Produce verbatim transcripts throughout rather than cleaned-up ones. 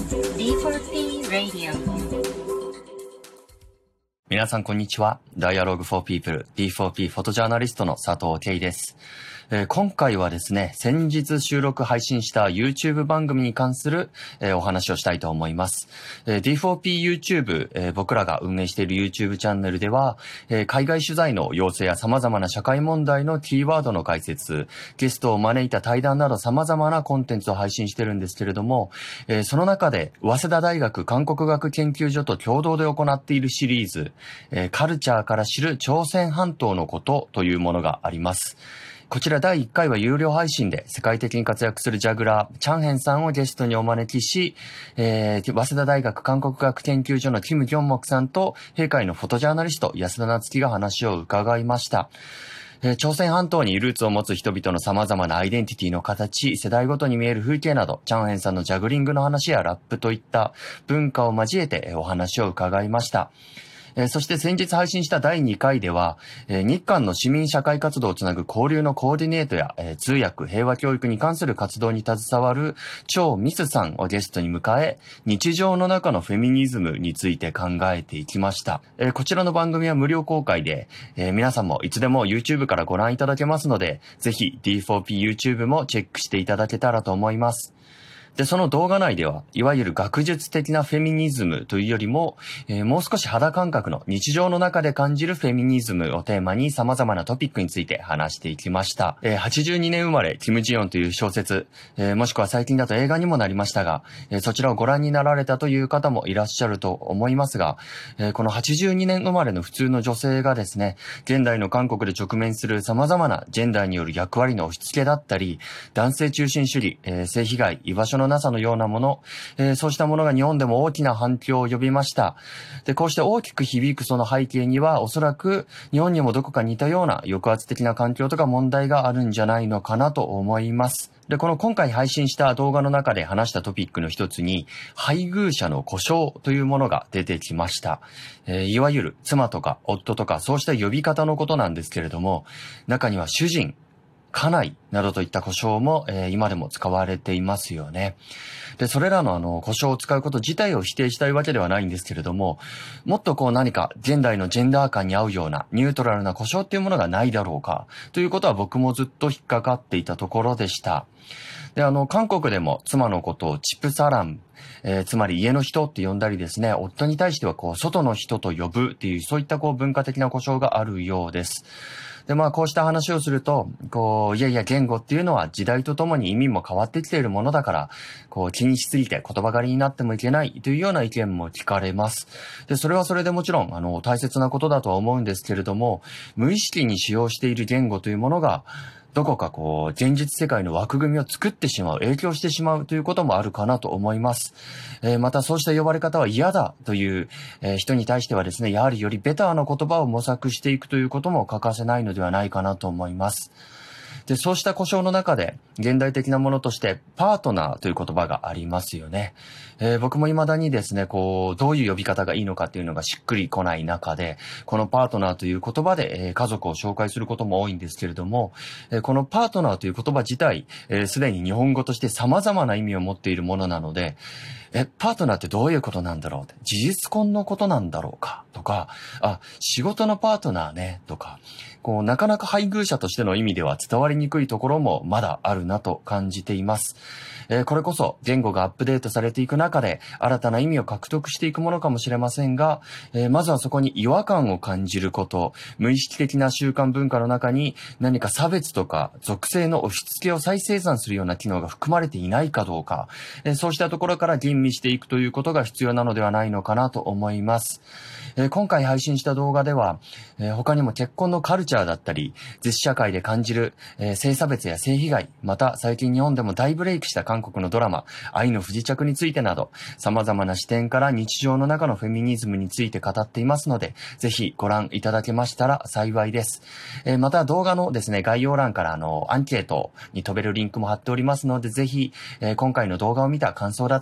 ディーフォーティー Radio。 皆さんこんにちは。Dialogue for People ディーフォーピー フォトジャーナリストの佐藤圭です。えー、今回はですね、先日収録配信した YouTube 番組に関する、えー、お話をしたいと思います。えー、ディーフォーピー YouTube、えー、僕らが運営している YouTube チャンネルでは、えー、海外取材の要請や様々な社会問題のキーワードの解説、ゲストを招いた対談など様々なコンテンツを配信してるんですけれども、えー、その中で早稲田大学韓国学研究所と共同で行っているシリーズ、えー、カルチャーから知る朝鮮半島のことというものがあります。こちらだいいっかいは有料配信で世界的に活躍するジャグラー、チャンヘンさんをゲストにお招きし、えー、早稲田大学韓国学研究所のキム・ギョンモクさんと、閉会のフォトジャーナリスト、安田夏樹が話を伺いました。えー、朝鮮半島にルーツを持つ人々の様々なアイデンティティの形、世代ごとに見える風景など、チャンヘンさんのジャグリングの話やラップといった文化を交えてお話を伺いました。えー、そして先日配信しただいにかいでは、えー、日韓の市民社会活動をつなぐ交流のコーディネートや、えー、通訳、平和教育に関する活動に携わる張ミスさんをゲストに迎え、日常の中のフェミニズムについて考えていきました。えー、こちらの番組は無料公開で、えー、皆さんもいつでも YouTube からご覧いただけますので、ぜひ ディーフォーピー YouTube もチェックしていただけたらと思います。で、その動画内では、いわゆる学術的なフェミニズムというよりも、えー、もう少し肌感覚の日常の中で感じるフェミニズムをテーマに様々なトピックについて話していきました。えー、はちじゅうにねん生まれ、キム・ジヨンという小説、えー、もしくは最近だと映画にもなりましたが、えー、そちらをご覧になられたという方もいらっしゃると思いますが、えー、このはちじゅうにねん生まれの普通の女性がですね、現代の韓国で直面する様々なジェンダーによる役割の押し付けだったり、男性中心主義、えー、性被害、居場所のなさのようなものえー、そうしたものが日本でも大きな反響を呼びました。で、こうして大きく響くその背景には、おそらく日本にもどこか似たような抑圧的な環境とか問題があるんじゃないのかなと思います。で、この今回配信した動画の中で話したトピックの一つに、配偶者の呼称というものが出てきました。えー、いわゆる妻とか夫とかそうした呼び方のことなんですけれども、中には主人、家内などといった呼称も、えー、今でも使われていますよね。で、それらのあの、呼称を使うこと自体を否定したいわけではないんですけれども、もっとこう何か現代のジェンダー感に合うようなニュートラルな呼称っていうものがないだろうか、ということは僕もずっと引っかかっていたところでした。で、あの、韓国でも妻のことをチプサラン、えー、つまり家の人って呼んだりですね、夫に対してはこう、外の人と呼ぶっていう、そういったこう、文化的な呼称があるようです。で、まあ、こうした話をすると、こう、いやいや、言語っていうのは時代とともに意味も変わってきているものだから、こう、気にしすぎて言葉狩りになってもいけないというような意見も聞かれます。で、それはそれでもちろん、あの、大切なことだとは思うんですけれども、無意識に使用している言語というものが、どこかこう、現実世界の枠組みを作ってしまう、影響してしまうということもあるかなと思います。えー、またそうした呼ばれ方は嫌だという、えー、人に対してはですね、やはりよりベターな言葉を模索していくということも欠かせないのではないかなと思います。で、そうした呼称の中で、現代的なものとして、パートナーという言葉がありますよね。えー、僕も未だにですね、こう、どういう呼び方がいいのかっていうのがしっくりこない中で、このパートナーという言葉で、えー、家族を紹介することも多いんですけれども、えー、このパートナーという言葉自体、えー、すでに日本語として様々な意味を持っているものなので、え、パートナーってどういうことなんだろうって、事実婚のことなんだろうかとか、あ、仕事のパートナーねとか、こう、なかなか配偶者としての意味では伝わりにくいところもまだあるなと感じています。えー、これこそ言語がアップデートされていく中で新たな意味を獲得していくものかもしれませんが、えー、まずはそこに違和感を感じること、無意識的な習慣文化の中に何か差別とか属性の押し付けを再生産するような機能が含まれていないかどうか、えー、そうしたところから吟味していくということが必要なのではないのかなと思います。えー、今回配信した動画では、えー、他にも結婚のカルチャーだったり、実社会で感じる、えー、性差別や性被害、また最近日本でも大ブレイクした韓国のドラマ、愛の不時着についてなど、様々な視点から日常の中のフェミニズムについて語っていますので、ぜひご覧いただけましたら幸いです。えー、また動画のですね、概要欄からあの、アンケートに飛べるリンクも貼っておりますので、ぜひ、えー、今回の動画を見た感想だったりですね、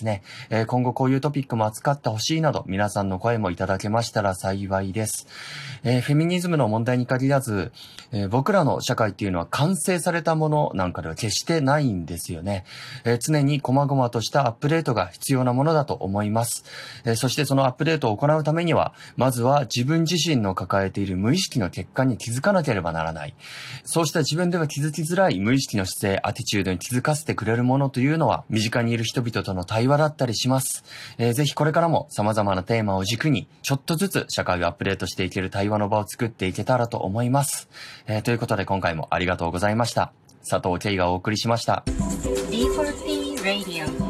ね、えー、今後こういうトピックも扱ってほしいなど、皆さんの声もいただけましたら幸いです。えー、フェミニズムの問題に限らず、えー、僕らの社会っていうのは完成されたものなんかでは決してないんですよね。えー、常に細々としたアップデートが必要なものだと思います。えー、そしてそのアップデートを行うためには、まずは自分自身の抱えている無意識の欠陥に気づかなければならない。そうした自分では気づきづらい無意識の姿勢、アティチュードに気づかせてくれるものというのは、身近にいる人々との対話だったりします。えー、ぜひこれからも様々なテーマを軸に、ちょっとずつ社会をアップデートしていける対話の場を作っていけたらと思います。えー、ということで今回もありがとうございました。佐藤圭がお送りしました。 ディーフォーティー Radio